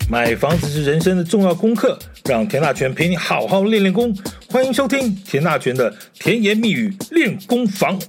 买房子是人生的重要功课，让田大权陪你好好练练功。欢迎收听田大权的甜言蜜语练功房。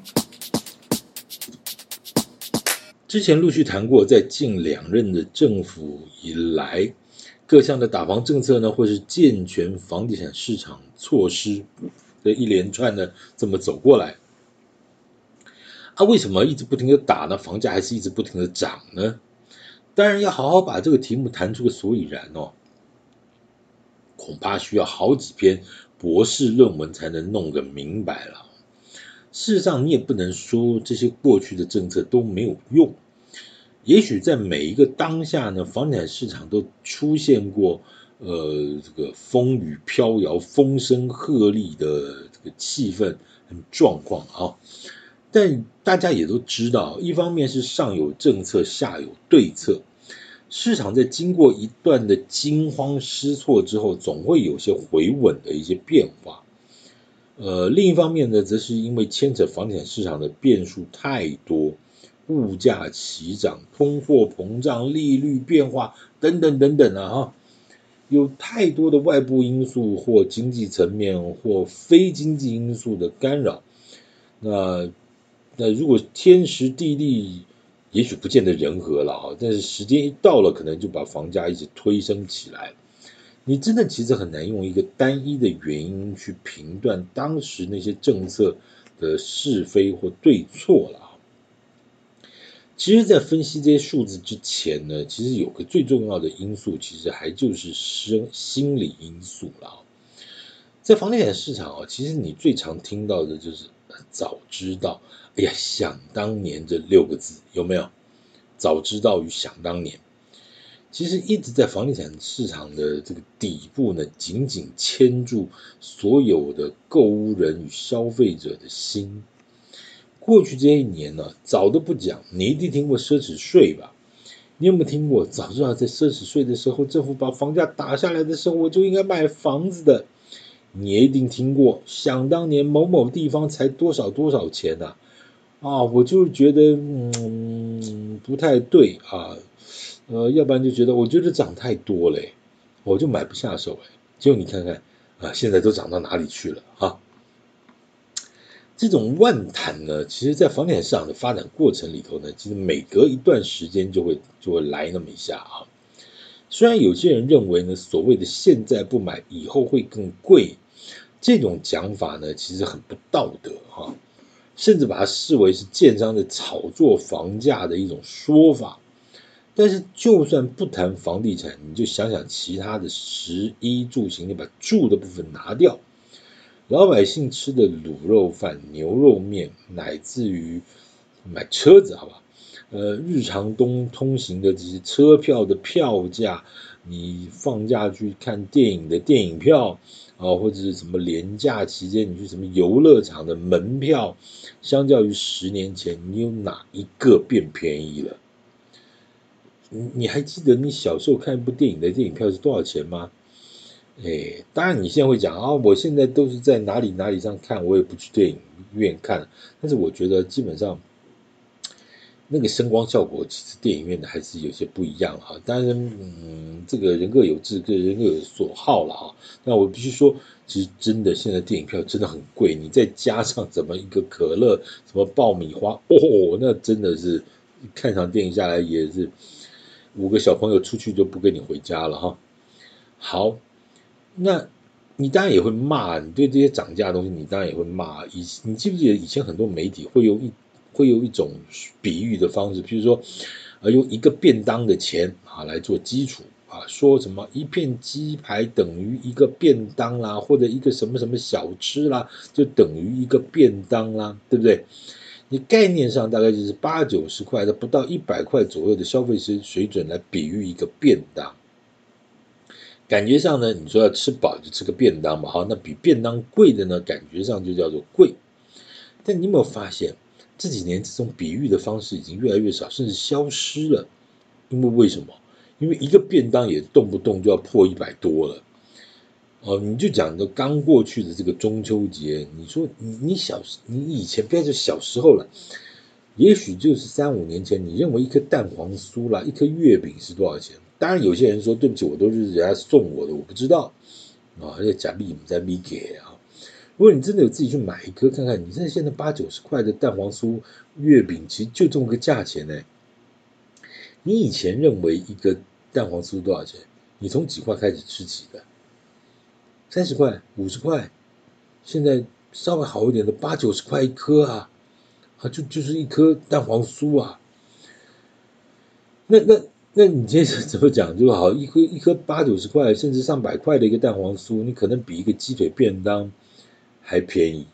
之前陆续谈过，在近2任的政府以来，各项的打房政策呢，或是健全房地产市场措施的一连串的这么走过来。为什么一直不停的打呢？房价还是一直不停的涨呢？当然要好好把这个题目谈出个所以然哦，恐怕需要好几篇博士论文才能弄个明白了。事实上，你也不能说这些过去的政策都没有用。也许在每一个当下呢，房地产市场都出现过这个风雨飘摇、风声鹤唳的这个气氛和状况啊。但大家也都知道，一方面是上有政策，下有对策。市场在经过一段的惊慌失措之后，总会有些回稳的一些变化。另一方面呢，则是因为牵扯房地产市场的变数太多，物价齐涨、通货膨胀、利率变化等等等等啊，有太多的外部因素或经济层面或非经济因素的干扰。那如果天时地利也许不见得人和了啊，但是时间一到了，可能就把房价一直推升起来。你真的其实很难用一个单一的原因去评断当时那些政策的是非或对错了。其实在分析这些数字之前呢，其实有个最重要的因素，其实还就是心理因素了。在房地产市场其实你最常听到的就是早知道，哎呀，想当年这6个字有没有？早知道与想当年，其实一直在房地产市场的这个底部呢，紧紧牵住所有的购屋人与消费者的心。过去这一年呢，早都不讲，你一定听过奢侈税吧？你有没有听过？早知道在奢侈税的时候，政府把房价打下来的时候，我就应该买房子的。你也一定听过，想当年某某地方才多少多少钱我就是觉得不太对啊，要不然就觉得我觉得涨太多了，我就买不下手结果你看看现在都涨到哪里去了啊？这种乱谈呢，其实在房地产市场的发展过程里头呢，其实每隔一段时间就会来那么一下虽然有些人认为呢，所谓的现在不买，以后会更贵，这种讲法呢，其实很不道德甚至把它视为是建商的炒作房价的一种说法。但是就算不谈房地产，你就想想其他的食衣住行，你把住的部分拿掉，老百姓吃的卤肉饭、牛肉面，乃至于买车子，好吧？日常通行的这些车票的票价，你放假去看电影的电影票或者是什么连假期间你去什么游乐场的门票，相较于10年前，你有哪一个变便宜了？你还记得你小时候看一部电影的电影票是多少钱吗？当然你现在会讲我现在都是在哪里哪里上看，我也不去电影院看，但是我觉得基本上那个声光效果其实电影院的还是有些不一样当然这个人各有志，各人各有所好了那我必须说，其实真的现在电影票真的很贵，你再加上怎么一个可乐，什么爆米花那真的是看场电影下来也是5个小朋友出去就不跟你回家了好，那你当然也会骂，你对这些涨价的东西，你当然也会骂。你记不记得以前很多媒体会用一种比喻的方式，譬如说，用一个便当的钱来做基础说什么一片鸡排等于一个便当啦，或者一个什么什么小吃啦，就等于一个便当啦，对不对？你概念上大概就是80、90块的不到100块左右的消费水准来比喻一个便当。感觉上呢，你说要吃饱就吃个便当嘛，那比便当贵的呢，感觉上就叫做贵。但你有没有发现，这几年这种比喻的方式已经越来越少，甚至消失了？因为什么？因为一个便当也动不动就要破100多了。你就讲的刚过去的这个中秋节，你说你以前不要说小时候了， 也许就是3、5年前，你认为一颗蛋黄酥啦，一颗月饼是多少钱？当然，有些人说对不起，我都是人家送我的，我不知道啊，而且假币在币给啊。如果你真的有自己去买一颗看看，你现在80-90块的蛋黄酥月饼，其实就这么个价钱呢。你以前认为一个蛋黄酥多少钱？你从几块开始吃起的？30块、50块，现在稍微好一点的80-90块一颗啊，就是一颗蛋黄酥啊。那你今天怎么讲就好？一颗80-90块，甚至上100块的一个蛋黄酥，你可能比一个鸡腿便当还便宜，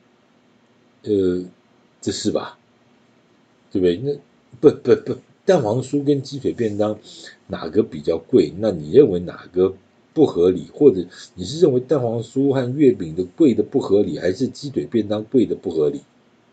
这是吧？对不对？那不，蛋黄酥跟鸡腿便当哪个比较贵？那你认为哪个不合理？或者你是认为蛋黄酥和月饼的贵的不合理，还是鸡腿便当贵的不合理？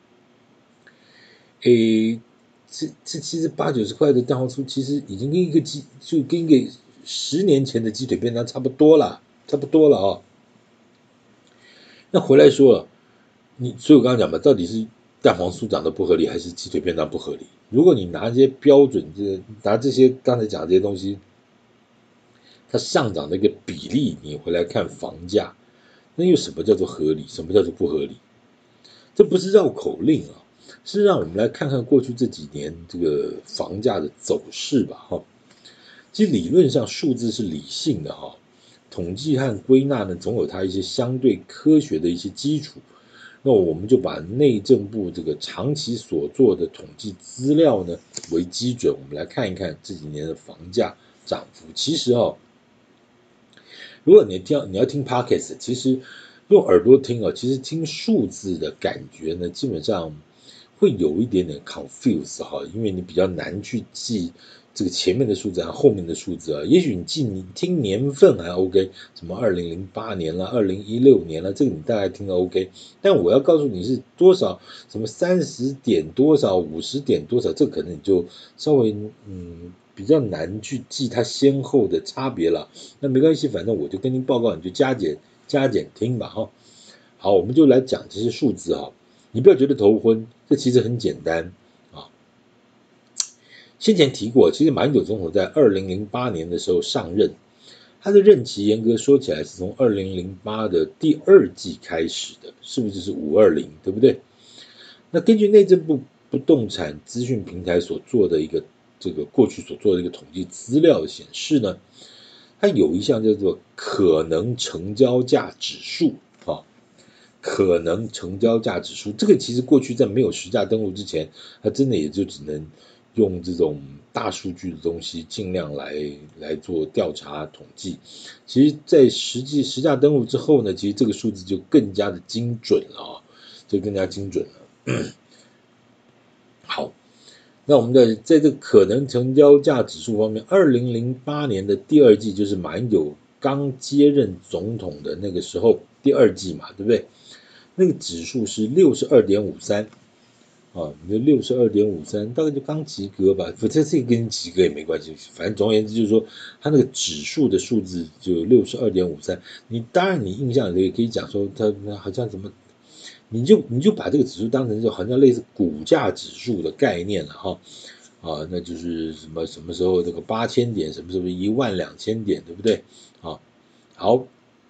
诶，这其实80-90块的蛋黄酥，其实已经跟一个10年前的鸡腿便当差不多了，差不多了啊。那回来说了，所以我刚刚讲嘛，到底是蛋黄酥长得不合理，还是鸡腿便当不合理？如果你拿这些标准，拿这些刚才讲的这些东西，它上涨的一个比例，你回来看房价，那又什么叫做合理，什么叫做不合理？这不是绕口令啊，是让我们来看看过去这几年这个房价的走势吧，哈。其实理论上数字是理性的哈，统计和归纳呢，总有它一些相对科学的一些基础。那我们就把内政部这个长期所做的统计资料呢为基准，我们来看一看这几年的房价涨幅。其实如果你要听 podcast，其实用耳朵听其实听数字的感觉呢，基本上会有一点点 confuse 哈，因为你比较难去记这个前面的数字和后面的数字啊。也许你听年份还 OK，什么2008年了、2016年了，这个你大概听得 OK。但我要告诉你是多少，什么30点多少、50点多少，这可能你就稍微比较难去记它先后的差别了。那没关系，反正我就跟您报告，你就加减听吧哈。好，我们就来讲这些数字哈。你不要觉得头昏，这其实很简单啊。先前提过，其实马英九总统在2008年的时候上任，他的任期严格说起来是从2008的第2季开始的，是不是就是520，对不对？那根据内政部不动产资讯平台所做的一个过去所做的一个统计资料显示呢，它有一项叫做可能成交价指数啊，可能成交价指数，这个其实过去在没有实价登录之前，它真的也就只能用这种大数据的东西尽量来做调查统计。其实，在实价登录之后呢，其实这个数字就更加的精准了啊，就更加精准了。好，那我们在这个可能成交价指数方面，2008年的第2季就是马英九刚接任总统的那个时候，第2季嘛，对不对？那个指数是62.53啊，你的62.53大概就刚及格吧，这个跟及格也没关系，反正总而言之就是说，它那个指数的数字就62.53。当然你印象里也可以讲说，它好像什么，你就把这个指数当成就好像类似股价指数的概念了哈。那就是什么时候这个8000点，什么时候12000点，对不对？啊，好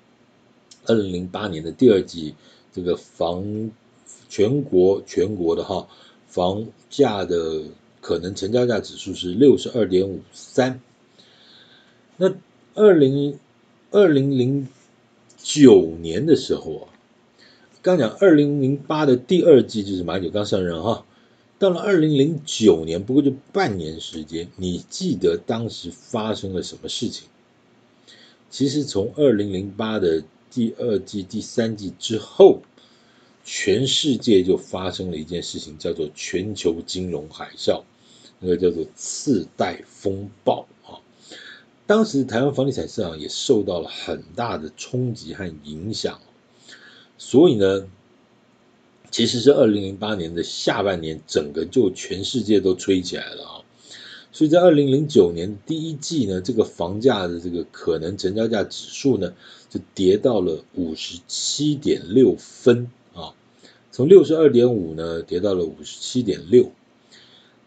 ，2008年的第2季，这个全国的房价的可能成交价指数是62.53。那2009年的时候刚讲2008的第2季就是马英九刚上任哈，到了2009年，不过就半年时间，你记得当时发生了什么事情？其实从2008的第2季、第3季之后，全世界就发生了一件事情，叫做全球金融海啸，那个叫做次贷风暴啊。当时台湾房地产市场也受到了很大的冲击和影响，所以呢，其实是2008年的下半年，整个就全世界都吹起来了啊。所以在2009年第1季呢，这个房价的这个可能成交价指数呢，就跌到了57.6分啊，从62.5呢跌到了57.6。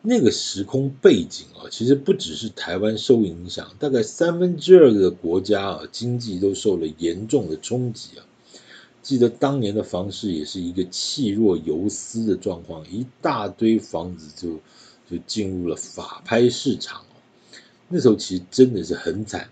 那个时空背景啊，其实不只是台湾受影响，大概2/3的国家啊，经济都受了严重的冲击啊。记得当年的房市也是一个气若游丝的状况，一大堆房子就进入了法拍市场哦。那时候其实真的是很惨。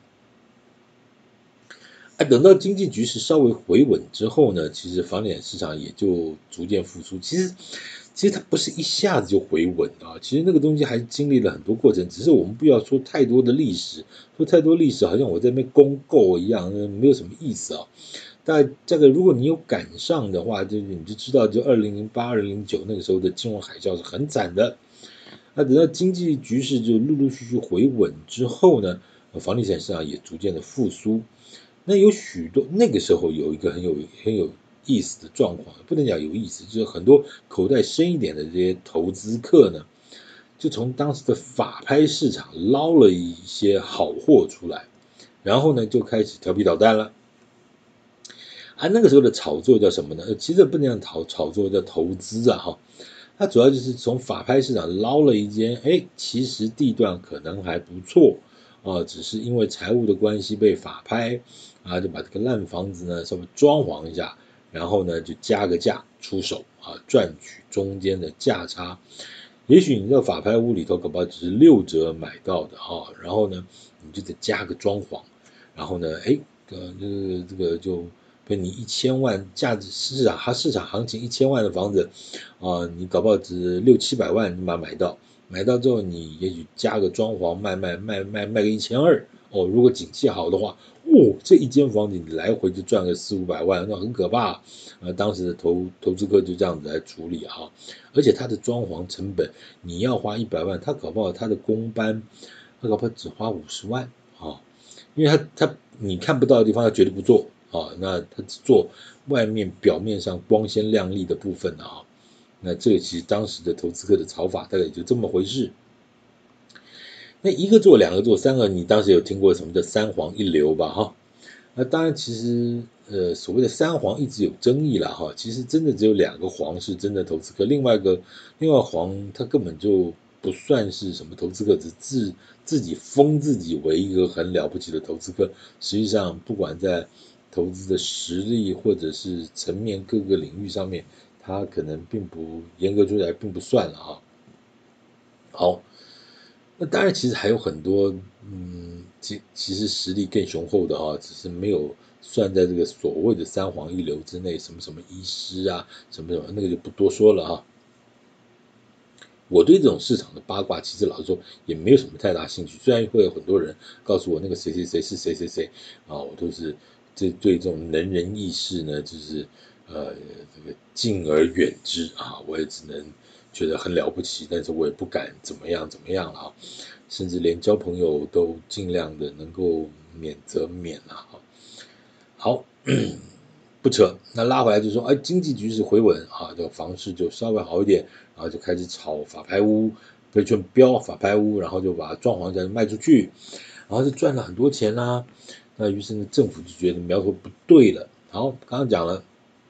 等到经济局势稍微回稳之后呢，其实房地产市场也就逐渐复苏。其实它不是一下子就回稳啊，其实那个东西还经历了很多过程，只是我们不要说太多的历史，说太多历史好像我在那边公购一样，没有什么意思啊。但这个如果你有赶上的话，你就知道，就2008、2009那个时候的金融海啸是很惨的。那等到经济局势就陆陆续续回稳之后呢，房地产市场也逐渐的复苏。那有许多那个时候有一个很有意思的状况，不能讲有意思，就是很多口袋深一点的这些投资客呢，就从当时的法拍市场捞了一些好货出来，然后呢就开始调皮捣蛋了。那个时候的炒作叫什么呢？其实不能讲炒作，叫投资啊哈。它主要就是从法拍市场捞了一间，其实地段可能还不错只是因为财务的关系被法拍就把这个烂房子呢稍微装潢一下，然后呢就加个价出手赚取中间的价差。也许你在法拍屋里头，搞不好只是6折买到的然后呢你就得加个装潢，然后呢这个就跟你1000万价值市场行情1000万的房子你搞不好只600-700万你把它买到，买到之后你也许加个装潢卖个1200如果景气好的话，这一间房子你来回就赚个400-500万，那很可怕当时的投资客就这样子来处理而且它的装潢成本你要花100万，他搞不好他的工班他搞不好只花50万因为他你看不到的地方他绝对不做那他只做外面表面上光鲜亮丽的部分那这个其实当时的投资客的炒法大概也就这么回事。那一个做两个做三个，你当时有听过什么叫三黄一流吧那当然其实所谓的三黄一直有争议了其实真的只有2个黄是真的投资客，另外黄他根本就不算是什么投资客，只自己封自己为一个很了不起的投资客，实际上不管在投资的实力或者是层面各个领域上面，他可能并不严格说起来并不算了好，那当然其实还有很多其实实力更雄厚的只是没有算在这个所谓的三黄一流之内，什么什么医师什么什么那个就不多说了我对这种市场的八卦，其实老实说也没有什么太大兴趣。虽然会有很多人告诉我那个谁谁谁是谁谁谁我都是对这种能人异士呢，就是这个敬而远之我也只能觉得很了不起，但是我也不敢怎么样怎么样了甚至连交朋友都尽量的能够免则免了好，不扯，那拉回来就说，经济局势回稳这个房市就稍微好一点，然后就开始炒法拍屋，就标法拍屋，然后就把装潢再卖出去，然后就赚了很多钱那于是呢，政府就觉得苗头不对了。好，刚刚讲了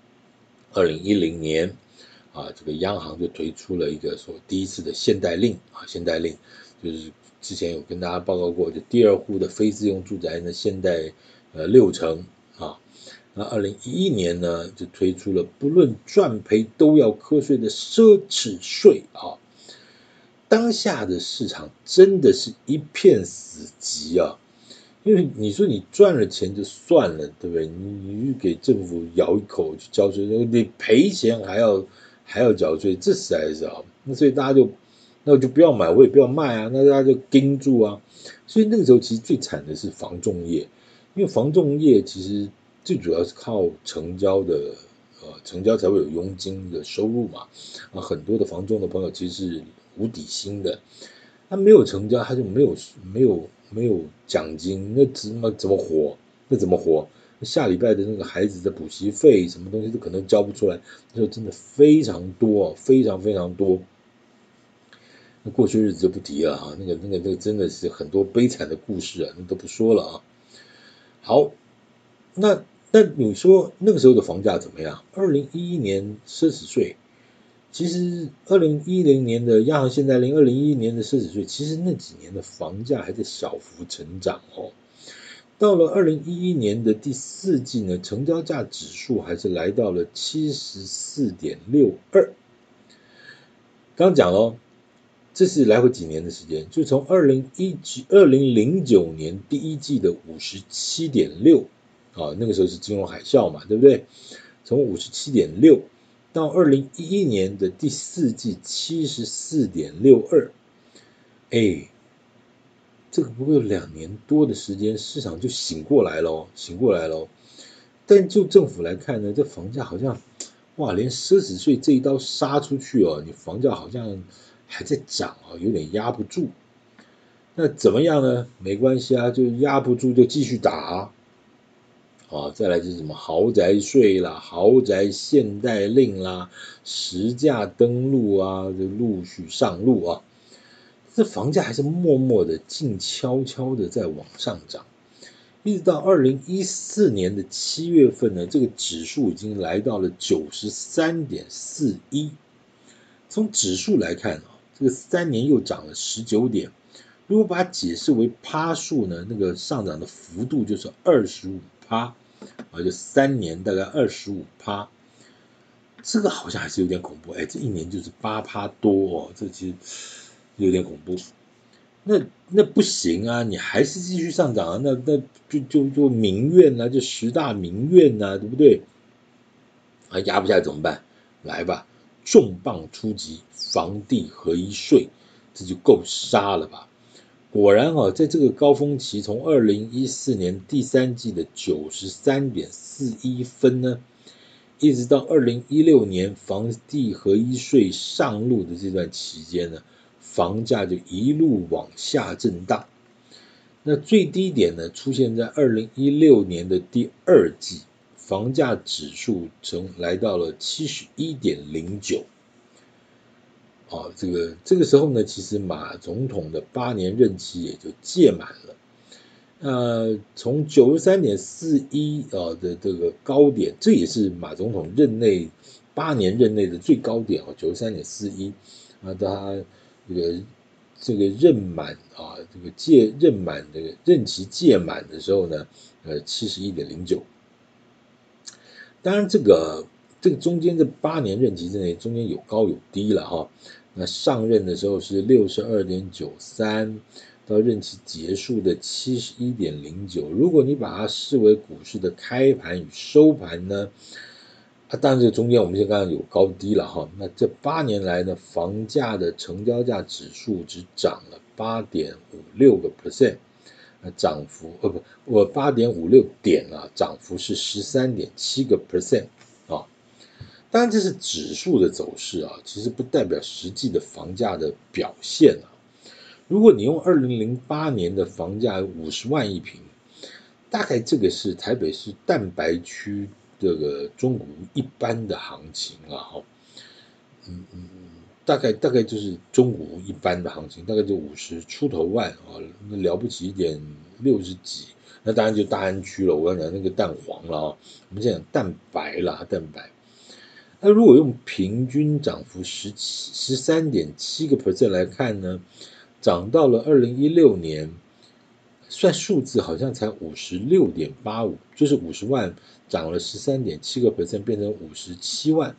2010年这个央行就推出了一个第一次的限贷令限贷令就是之前有跟大家报告过，就第二户的非自用住宅呢限贷60%那2011年呢就推出了不论赚赔都要课税的奢侈税当下的市场真的是一片死寂因为你说你赚了钱就算了，对不对？你给政府咬一口去交税，你赔钱还要缴税，这实在是那所以大家那我就不要买，我也不要卖那大家就盯住所以那个时候其实最惨的是房仲业，因为房仲业其实最主要是靠成交的，成交才会有佣金的收入嘛很多的房仲的朋友其实是无底薪的，他没有成交，他就没有奖金，那怎么活？那怎么活？下礼拜的那个孩子的补习费，什么东西都可能交不出来，那时候真的非常多，非常非常多。那过去日子就不提了那个真的是很多悲惨的故事那都不说了好，那你说那个时候的房价怎么样？2011年奢侈税其实2010年的央行限贷令，2011年的奢侈税，其实那几年的房价还在小幅成长哦。到了2011年的第四季呢，成交价指数还是来到了74.62。刚讲喽，这是来回几年的时间，就从2009年第一季的57.6啊，那个时候是金融海啸嘛，对不对？从57.6到2011年的第四季74.62，哎，这个不过有2年多的时间，市场就醒过来喽，醒过来喽。但就政府来看呢，这房价好像，哇，连奢侈税这一刀杀出去哦，你房价好像还在涨啊，有点压不住。那怎么样呢？没关系啊，就压不住就继续打啊。再来就是什么豪宅税啦、豪宅限贷令啦、实价登录啊，就陆续上路啊。这房价还是默默的、静悄悄的在往上涨。一直到2014年的7月份呢，这个指数已经来到了93.41。从指数来看啊，这个3年又涨了19点。如果把它解释为趴数呢，那个上涨的幅度就是25%啊，就3年大概25%。这个好像还是有点恐怖，哎，这一年就是8%多哦，这其实有点恐怖。那不行啊，你还是继续上涨啊，那就民怨啊，就10大民怨啊，对不对？啊，压不下来怎么办？来吧，重磅出击，房地合一税，这就够杀了吧？果然啊，在这个高峰期，从2014年第三季的93.41分呢，一直到2016年房地合一税上路的这段期间呢，房价就一路往下震荡。那最低点呢，出现在2016年的第二季，房价指数来到了71.09。这个时候呢，其实马总统的8年任期也就届满了。从93.41的这个高点，这也是马总统8年任内的最高点哦，93.41啊，到他这个任期届满的时候呢，71.09。当然这个中间这8年任期之内，中间有高有低了哈。那上任的时候是62.93，到任期结束的71.09。如果你把它视为股市的开盘与收盘呢，当然这中间我们先刚刚有高低了哈。那这8年来呢，房价的成交价指数只涨了8.56%，涨幅8.56点啊，涨幅是13.7%啊。当然这是指数的走势啊，其实不代表实际的房价的表现啊。如果你用2008年的房价50万一平，大概这个是台北市蛋白区这个中古一般的行情啊，哈，大概就是中古一般的行情，大概就50出头万啊，那了不起一点60几，那当然就大安区了。我刚讲那个蛋黄了啊，我们现在讲蛋白啦，蛋白。那如果用平均涨幅13.7% 来看呢，涨到了2016年，算数字好像才56.85，就是50万涨了13.7%，变成57万。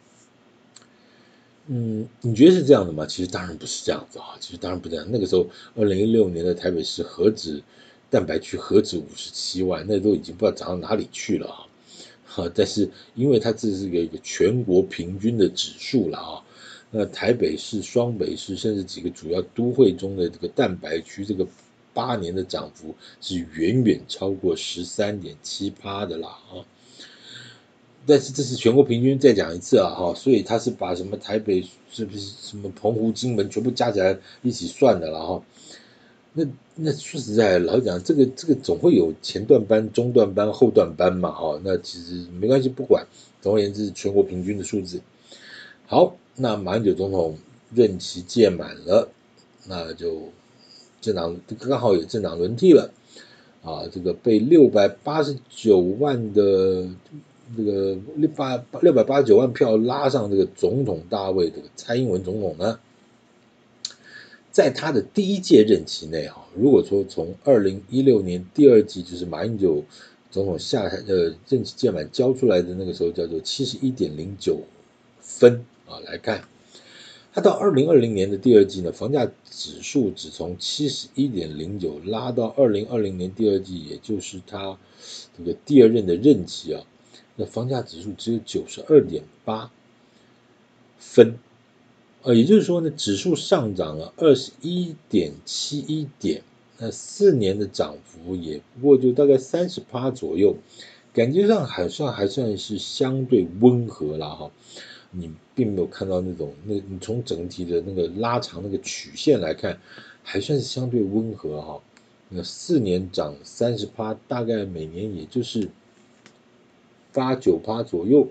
你觉得是这样的吗？其实当然不是这样子啊，其实当然不这样。那个时候2016年的台北市蛋白区何止57万，那都已经不知道涨到哪里去了啊。但是因为它这是一个全国平均的指数了啊，那台北市、双北市甚至几个主要都会中的这个蛋白区，这个8年的涨幅是远远超过13.7%的啦啊。但是这是全国平均，再讲一次啊哈，所以他是把什么台北是不是什么澎湖、金门全部加起来一起算的了哈。那说实在，老实讲，这个总会有前段班、中段班、后段班嘛哈。那其实没关系，不管，总而言之，全国平均的数字。好，那马英九总统任期届满了，那就刚好也政党轮替了啊。这个被689万的这个689万票拉上这个总统大位，这个蔡英文总统呢，在他的第一届任期内如果说从2016年第二季，就是马英九总统任期届满交出来的那个时候叫做71.09分来看，他到2020年的第二季呢，房价指数只从71.09拉到2020年第二季，也就是他这个第二任的任期那房价指数只有92.8分，也就是说呢，指数上涨了21.71点，那4年的涨幅也不过就大概30%左右，感觉上还算是相对温和啦你并没有看到你从整体的那个拉长那个曲线来看，还算是相对温和那4年涨30%，大概每年也就是8-9%左右，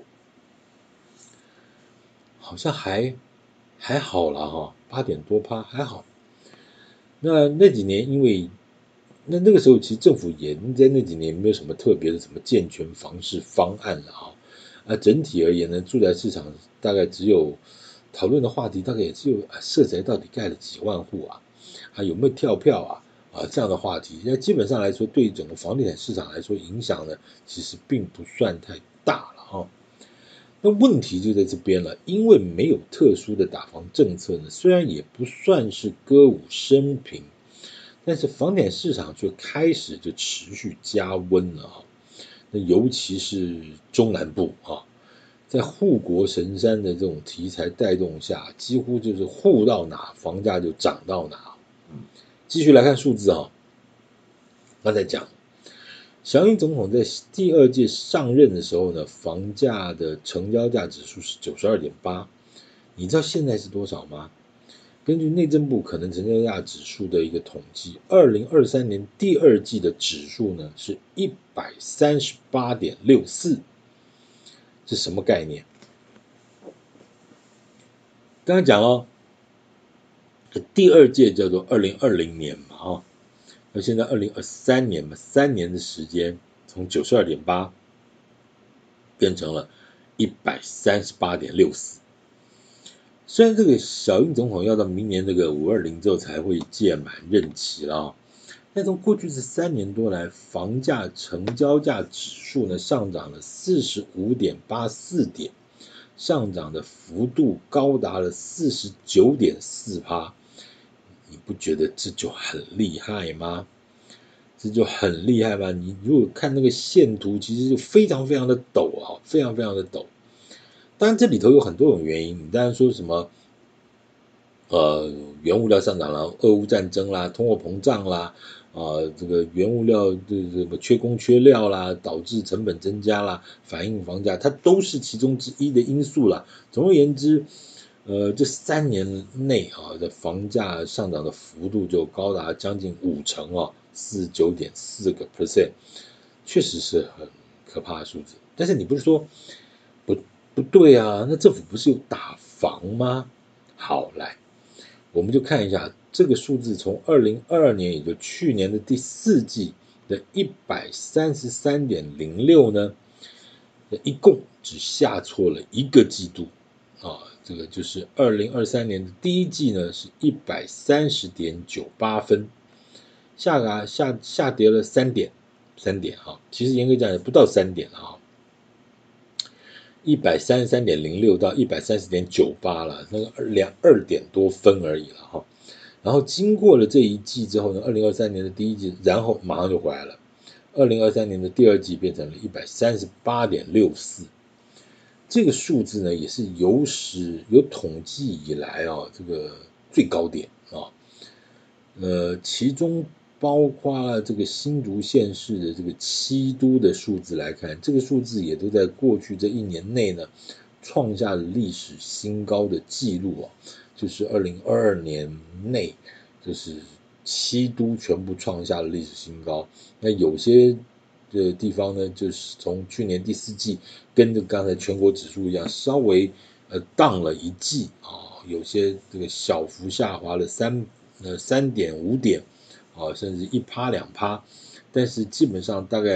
好像还好啦8点多%还好。那几年因为那个时候其实政府也在那几年没有什么特别的什么健全房市方案了整体而言呢，住宅市场大概只有讨论的话题，大概也只有社宅到底盖了几万户有没有跳票这样的话题。那基本上来说，对整个房地产市场来说，影响呢其实并不算太大了那问题就在这边了，因为没有特殊的打房政策呢，虽然也不算是歌舞升平，但是房地产市场就开始就持续加温了那尤其是中南部在护国神山的这种题材带动下，几乎就是护到哪房价就涨到哪。继续来看数字刚才讲小英总统在第二届上任的时候呢，房价的成交价指数是92.8，你知道现在是多少吗？根据内政部可能成交价指数的一个统计，2023年第二季的指数呢是138.64，是什么概念？刚才讲了，第二届叫做2020年嘛那现在2023年嘛，3年的时间从92.8变成了138.64。虽然这个小英总统要到明年这个520之后才会届满任期了但从过去这3年多来，房价成交价指数呢上涨了45.84点，上涨的幅度高达了49.4%，你不觉得这就很厉害吗？这就很厉害吧？你如果看那个线图，其实就非常非常的陡非常非常的陡。当然这里头有很多种原因，你当然说什么原物料上涨了，俄乌战争啦，通货膨胀啦，这个原物料这个缺工缺料啦，导致成本增加啦，反映房价，它都是其中之一的因素啦。总而言之，这3年内的房价上涨的幅度就高达将近50%49.4%，确实是很可怕的数字。但是你不是说不对那政府不是有打房吗？好，来。我们就看一下这个数字，从2022年，也就去年的第4季的133.06呢，一共只下挫了一个季度这个就是2023年的第一季呢是130.98分，下跌了3点其实严格讲也不到3点133.06到130.98了，那个2点多分而已了然后经过了这一季之后呢，2023年的第一季，然后马上就回来了，2023年的第二季变成了138.64，这个数字呢也是有统计以来这个最高点其中包括了这个新竹县市的这个7都的数字来看，这个数字也都在过去这1年内呢创下了历史新高的记录就是2022年内，就是7都全部创下了历史新高。那有些的地方呢，就是从去年第4季跟着刚才全国指数一样，稍微荡了一季有些这个小幅下滑了3.5点甚至1%、2%，但是基本上大概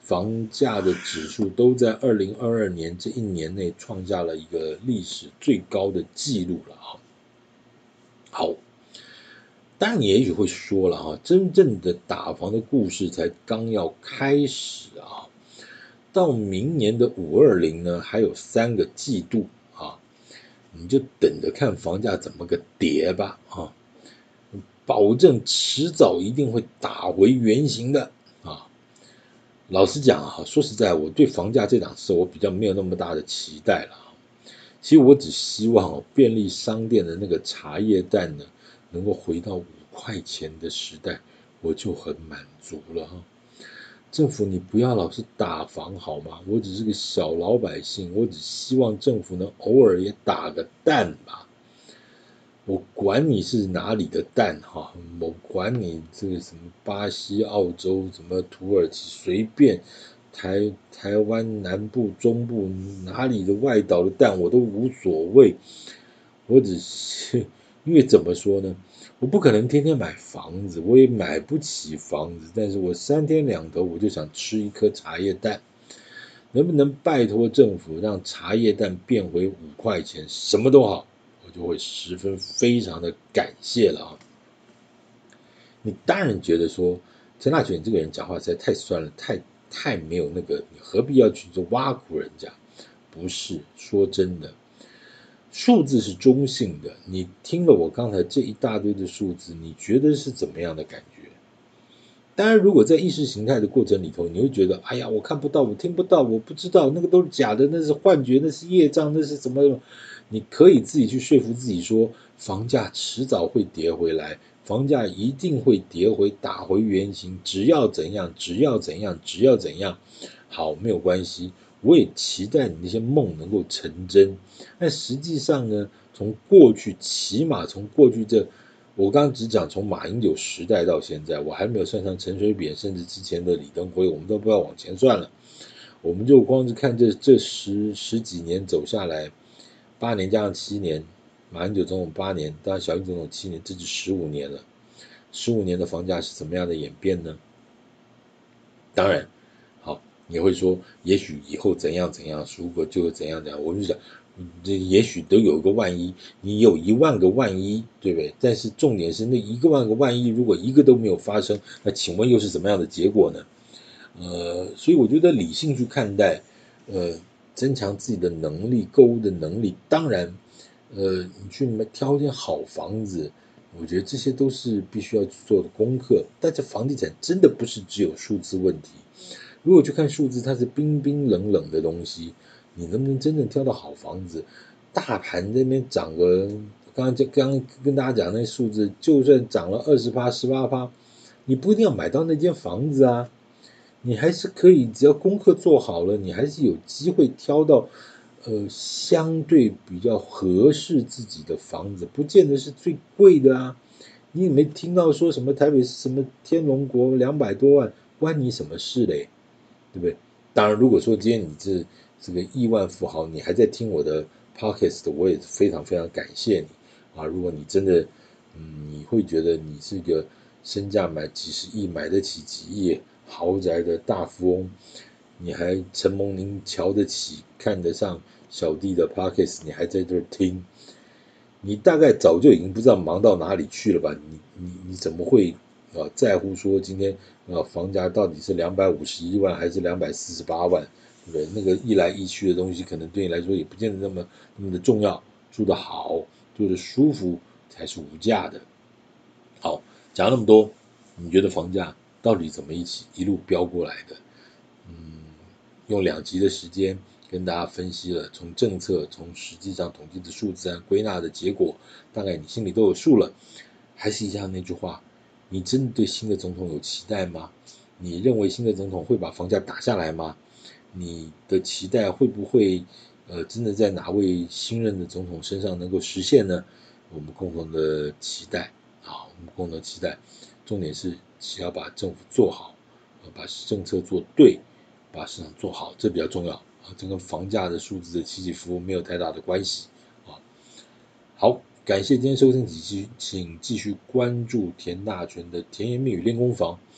房价的指数都在2022年这一年内创下了一个历史最高的纪录了啊。好，当然你也许会说了哈，真正的打房的故事才刚要开始啊，到明年的520呢还有3个季度啊，你就等着看房价怎么个跌吧啊，保证迟早一定会打回原形的啊。老实讲啊，说实在，我对房价这档事我比较没有那么大的期待了。其实我只希望便利商店的那个茶叶蛋呢，能够回到5块钱的时代，我就很满足了哈。政府你不要老是打房好吗？我只是个小老百姓，我只希望政府能偶尔也打个蛋吧。我管你是哪里的蛋哈，我管你这个什么巴西、澳洲、什么土耳其，随便台湾南部、中部哪里的外岛的蛋我都无所谓。我只是因为怎么说呢，我不可能天天买房子，我也买不起房子，但是我3天2头我就想吃一颗茶叶蛋，能不能拜托政府让茶叶蛋变回5块钱，什么都好。我就会十分非常的感谢了啊！你当然觉得说陈大全这个人讲话实在太酸了，太没有那个，你何必要去做挖苦人家？不是，说真的，数字是中性的，你听了我刚才这一大堆的数字，你觉得是怎么样的感觉？当然，如果在意识形态的过程里头，你会觉得，哎呀，我看不到，我听不到，我不知道，那个都是假的，那是幻觉，那是业障，那是什么？你可以自己去说服自己说，房价迟早会跌回来，房价一定会跌回，打回原形，只要怎样，只要怎样，只要怎样，好，没有关系。我也期待你那些梦能够成真。但实际上呢，从过去，起码从过去我刚刚只讲从马英九时代到现在，我还没有算上陈水扁，甚至之前的李登辉，我们都不要往前算了。我们就光是看这十几年走下来，8年加上7年，马英九总统8年，当然小英总统7年，这就15年了。15年的房价是怎么样的演变呢？当然，好，你会说，也许以后怎样怎样，如果就会怎样怎样。我就讲，这也许都有个万一，你有1万个万一，对不对？但是重点是那1万个万一，如果一个都没有发生，那请问又是什么样的结果呢？所以我觉得理性去看待，增强自己的能力，购物的能力，当然，你去挑一间好房子，我觉得这些都是必须要去做的功课。但是房地产真的不是只有数字问题，如果去看数字，它是冰冰冷冷的东西，你能不能真正挑到好房子？大盘那边涨个，刚跟大家讲那数字，就算涨了20%、18%，你不一定要买到那间房子啊。你还是可以，只要功课做好了，你还是有机会挑到相对比较合适自己的房子，不见得是最贵的啊。你也没听到说什么台北是什么天龙国200多万，关你什么事嘞？对不对？当然，如果说今天你是这个亿万富豪，你还在听我的 podcast，我也非常非常感谢你啊。如果你真的，你会觉得你是个身价买几十亿买得起几亿豪宅的大富翁，你还承蒙您瞧得起看得上小弟的 podcast，你还在这儿听，你大概早就已经不知道忙到哪里去了吧？你怎么会在乎说今天房价到底是251万还是248万？对不对？那个一来一去的东西，可能对你来说也不见得那么的重要。住得好，住得舒服才是无价的。好，讲那么多，你觉得房价到底怎么一路飙过来的？用2集的时间跟大家分析了，从政策，从实际上统计的数字归纳的结果，大概你心里都有数了。还是一样那句话，你真的对新的总统有期待吗？你认为新的总统会把房价打下来吗？你的期待会不会真的在哪位新任的总统身上能够实现呢？我们共同的期待啊，我们共同期待，重点是只要把政府做好，把政策做对，把市场做好，这比较重要啊，这跟房价的数字的起起伏伏没有太大的关系啊。好，感谢今天收听，请继续关注田大全的甜言蜜语练功房，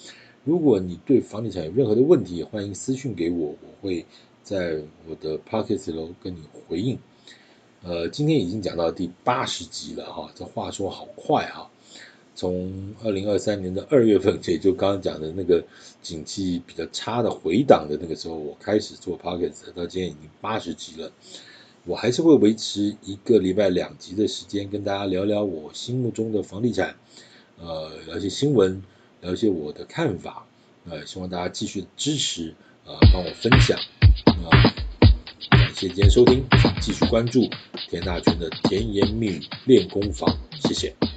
如果你对房地产有任何的问题，欢迎私讯给我，我会在我的 Podcast 楼跟你回应。今天已经讲到第80集了哈，这话说好快哈。从2023年的2月份，也就刚刚讲的那个景气比较差的回档的那个时候，我开始做 Podcast， 到今天已经80集了。我还是会维持1个礼拜2集的时间，跟大家聊聊我心目中的房地产，聊一些新闻，聊一些我的看法，希望大家继续支持，帮我分享，感谢今天收听，请继续关注田大全的甜言蜜语练功房，谢谢。